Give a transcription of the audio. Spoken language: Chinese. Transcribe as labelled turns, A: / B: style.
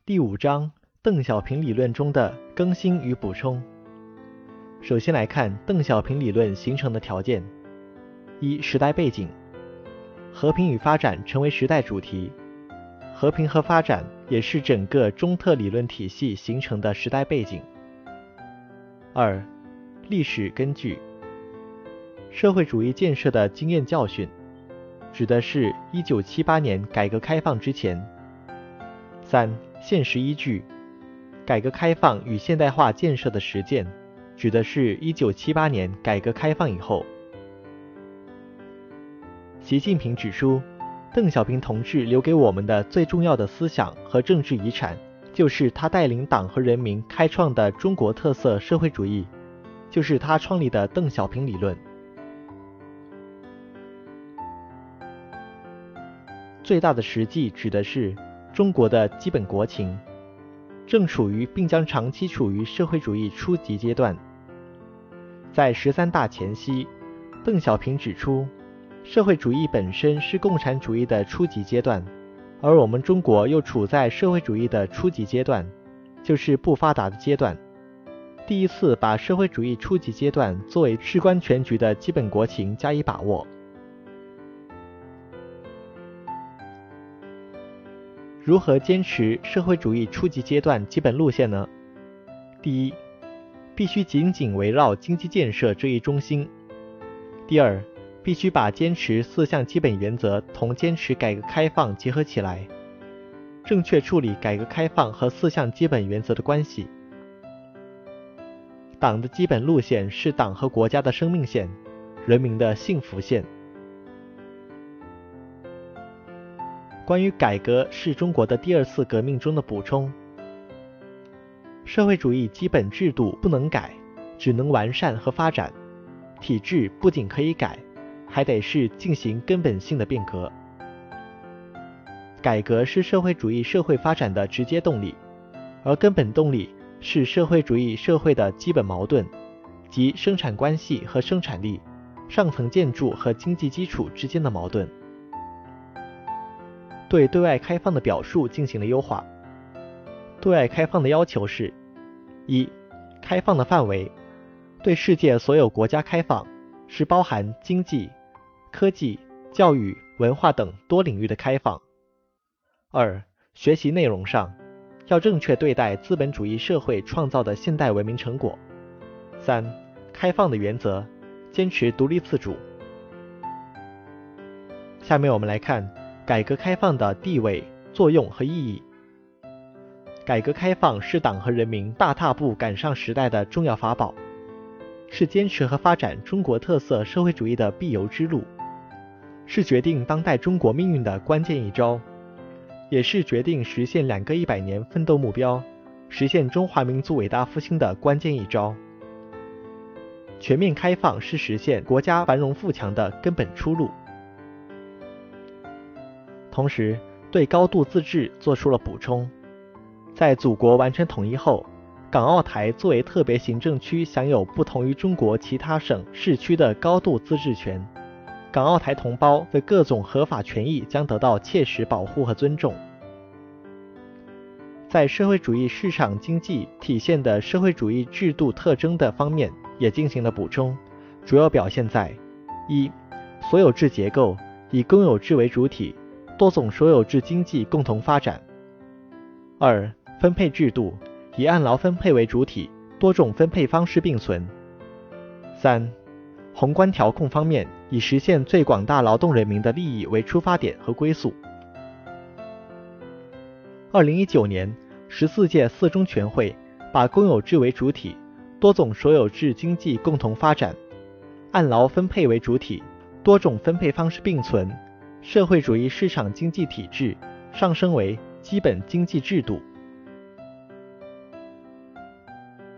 A: 第5章邓小平理论中的更新与补充。首先来看邓小平理论形成的条件。一、时代背景。和平与发展成为时代主题，和平和发展也是整个中特理论体系形成的时代背景。2、历史根据。社会主义建设的经验教训，指的是1978年改革开放之前。3、现实依据。改革开放与现代化建设的实践，指的是1978年改革开放以后。习近平指出，邓小平同志留给我们的最重要的思想和政治遗产，就是他带领党和人民开创的中国特色社会主义，就是他创立的邓小平理论。最大的实际指的是中国的基本国情，正处于并将长期处于社会主义初级阶段。在13大前夕，邓小平指出，社会主义本身是共产主义的初级阶段，而我们中国又处在社会主义的初级阶段，就是不发达的阶段。第一次把社会主义初级阶段作为事关全局的基本国情加以把握。如何坚持社会主义初级阶段基本路线呢？第一，必须紧紧围绕经济建设这一中心。第二，必须把坚持4项基本原则同坚持改革开放结合起来，正确处理改革开放和4项基本原则的关系。党的基本路线是党和国家的生命线，人民的幸福线。关于改革是中国的第2次革命中的补充。社会主义基本制度不能改，只能完善和发展。体制不仅可以改，还得是进行根本性的变革。改革是社会主义社会发展的直接动力，而根本动力是社会主义社会的基本矛盾，即生产关系和生产力、上层建筑和经济基础之间的矛盾。对外开放的表述进行了优化。对外开放的要求是：一、开放的范围，对世界所有国家开放，是包含经济、科技、教育、文化等多领域的开放。2、学习内容上，要正确对待资本主义社会创造的现代文明成果。3、开放的原则，坚持独立自主。下面我们来看改革开放的地位、作用和意义。改革开放是党和人民大踏步赶上时代的重要法宝，是坚持和发展中国特色社会主义的必由之路，是决定当代中国命运的关键一招，也是决定实现2个100年奋斗目标、实现中华民族伟大复兴的关键一招。全面开放是实现国家繁荣富强的根本出路。同时，对高度自治做出了补充。在祖国完成统一后，港澳台作为特别行政区享有不同于中国其他省市区的高度自治权，港澳台同胞的各种合法权益将得到切实保护和尊重。在社会主义市场经济体现的社会主义制度特征的方面也进行了补充，主要表现在：一、所有制结构以公有制为主体，多种所有制经济共同发展。2、分配制度以按劳分配为主体，多种分配方式并存。3、宏观调控方面以实现最广大劳动人民的利益为出发点和归宿。2019年14届4中全会把公有制为主体，多种所有制经济共同发展，按劳分配为主体，多种分配方式并存，社会主义市场经济体制上升为基本经济制度。